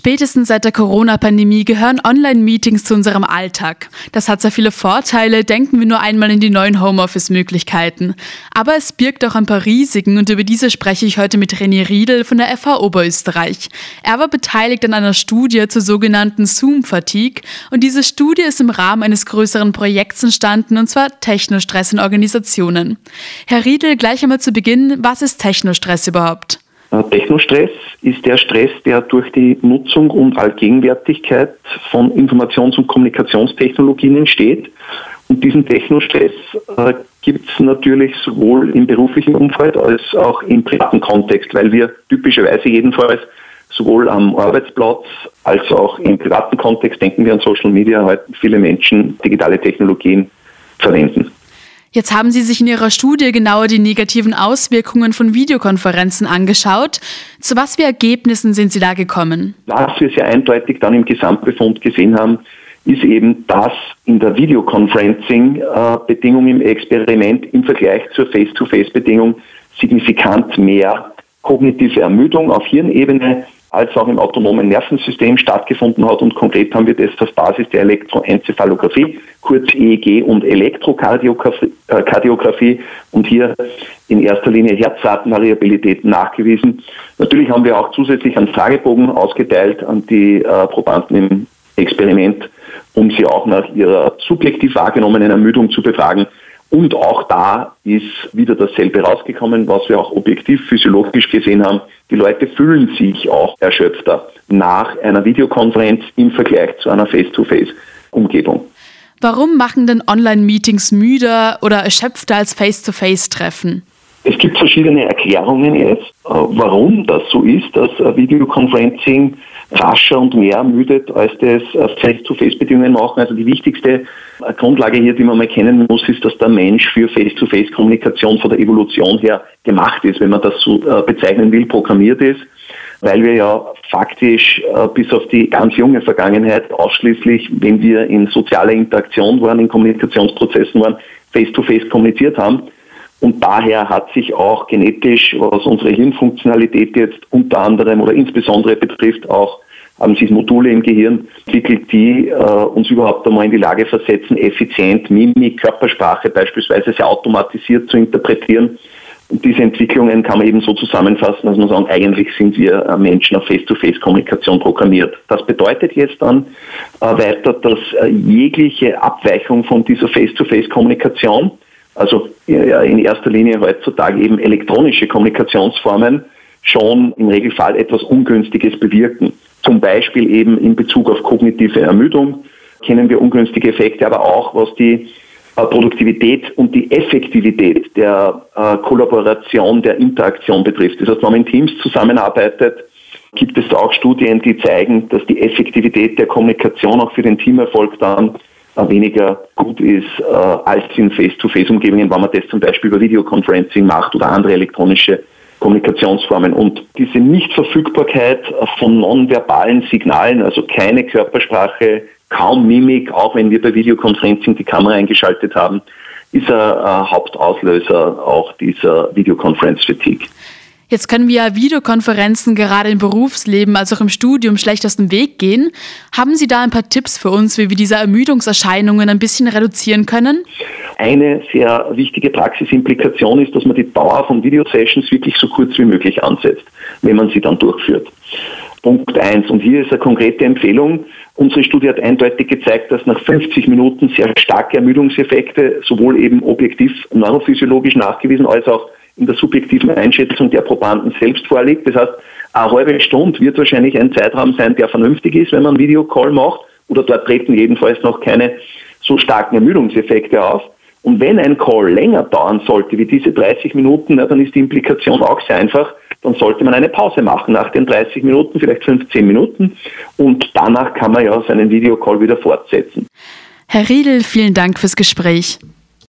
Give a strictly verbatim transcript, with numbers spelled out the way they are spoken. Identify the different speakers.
Speaker 1: Spätestens seit der Corona-Pandemie gehören Online-Meetings zu unserem Alltag. Das hat sehr viele Vorteile, denken wir nur einmal in die neuen Homeoffice-Möglichkeiten. Aber es birgt auch ein paar Risiken und über diese spreche ich heute mit René Riedl von der F H Oberösterreich. Er war beteiligt an einer Studie zur sogenannten Zoom-Fatigue und diese Studie ist im Rahmen eines größeren Projekts entstanden, und zwar Technostress in Organisationen. Herr Riedl, gleich einmal zu Beginn, was ist Technostress überhaupt?
Speaker 2: Technostress ist der Stress, der durch die Nutzung und Allgegenwärtigkeit von Informations- und Kommunikationstechnologien entsteht. Und diesen Technostress äh, gibt es natürlich sowohl im beruflichen Umfeld als auch im privaten Kontext, weil wir typischerweise jedenfalls sowohl am Arbeitsplatz als auch im privaten Kontext, denken wir an Social Media, halt viele Menschen digitale Technologien verwenden.
Speaker 1: Jetzt haben Sie sich in Ihrer Studie genauer die negativen Auswirkungen von Videokonferenzen angeschaut. Zu was für Ergebnissen sind Sie da gekommen?
Speaker 2: Was wir sehr eindeutig dann im Gesamtbefund gesehen haben, ist eben, dass in der Videoconferencing-Bedingung im Experiment im Vergleich zur Face-to-Face-Bedingung signifikant mehr kognitive Ermüdung auf Hirnebene als auch im autonomen Nervensystem stattgefunden hat. Und konkret haben wir das auf Basis der Elektroenzephalographie, kurz E E G und Elektrokardiographie und hier in erster Linie Herzratenvariabilität nachgewiesen. Natürlich haben wir auch zusätzlich einen Fragebogen ausgeteilt an die äh, Probanden im Experiment, um sie auch nach ihrer subjektiv wahrgenommenen Ermüdung zu befragen. Und auch da ist wieder dasselbe rausgekommen, was wir auch objektiv physiologisch gesehen haben. Die Leute fühlen sich auch erschöpfter nach einer Videokonferenz im Vergleich zu einer Face-to-Face-Umgebung.
Speaker 1: Warum machen denn Online-Meetings müder oder erschöpfter als Face-to-Face-Treffen?
Speaker 2: Es gibt verschiedene Erklärungen jetzt, warum das so ist, dass Videoconferencing rascher und mehr ermüdet, als das Face-to-Face-Bedingungen machen. Also die wichtigste Grundlage hier, die man mal kennen muss, ist, dass der Mensch für Face-to-Face-Kommunikation von der Evolution her gemacht ist, wenn man das so bezeichnen will, programmiert ist, weil wir ja faktisch bis auf die ganz junge Vergangenheit ausschließlich, wenn wir in sozialer Interaktion waren, in Kommunikationsprozessen waren, Face-to-Face kommuniziert haben. Und daher hat sich auch genetisch, was unsere Hirnfunktionalität jetzt unter anderem oder insbesondere betrifft, auch haben sich Module im Gehirn entwickelt, die äh, uns überhaupt einmal in die Lage versetzen, effizient Mimik, Körpersprache beispielsweise sehr automatisiert zu interpretieren. Und diese Entwicklungen kann man eben so zusammenfassen, dass man sagen, eigentlich sind wir äh, Menschen auf Face-to-Face-Kommunikation programmiert. Das bedeutet jetzt dann äh, weiter, dass äh, jegliche Abweichung von dieser Face-to-Face-Kommunikation, also in erster Linie heutzutage eben elektronische Kommunikationsformen, schon im Regelfall etwas Ungünstiges bewirken. Zum Beispiel eben in Bezug auf kognitive Ermüdung kennen wir ungünstige Effekte, aber auch was die Produktivität und die Effektivität der Kollaboration, der Interaktion betrifft. Das heißt, wenn man in Teams zusammenarbeitet, gibt es auch Studien, die zeigen, dass die Effektivität der Kommunikation auch für den Teamerfolg dann weniger gut ist äh, als in Face-to-Face-Umgebungen, wenn man das zum Beispiel über Videoconferencing macht oder andere elektronische Kommunikationsformen. Und diese Nichtverfügbarkeit von nonverbalen Signalen, also keine Körpersprache, kaum Mimik, auch wenn wir bei Videoconferencing die Kamera eingeschaltet haben, ist ein äh, Hauptauslöser auch dieser Videoconference-Fatigue.
Speaker 1: Jetzt können wir ja Videokonferenzen gerade im Berufsleben als auch im Studium schlecht aus dem Weg gehen. Haben Sie da ein paar Tipps für uns, wie wir diese Ermüdungserscheinungen ein bisschen reduzieren können?
Speaker 2: Eine sehr wichtige Praxisimplikation ist, dass man die Dauer von Videosessions wirklich so kurz wie möglich ansetzt, wenn man sie dann durchführt. Punkt eins. Und hier ist eine konkrete Empfehlung. Unsere Studie hat eindeutig gezeigt, dass nach fünfzig Minuten sehr starke Ermüdungseffekte sowohl eben objektiv neurophysiologisch nachgewiesen als auch in der subjektiven Einschätzung der Probanden selbst vorliegt. Das heißt, eine halbe Stunde wird wahrscheinlich ein Zeitraum sein, der vernünftig ist, wenn man einen Videocall macht, oder dort treten jedenfalls noch keine so starken Ermüdungseffekte auf. Und wenn ein Call länger dauern sollte, wie diese dreißig Minuten, dann ist die Implikation auch sehr einfach. Dann sollte man eine Pause machen nach den dreißig Minuten, vielleicht fünfzehn Minuten, und danach kann man ja seinen Videocall wieder fortsetzen.
Speaker 1: Herr Riedl, vielen Dank fürs Gespräch.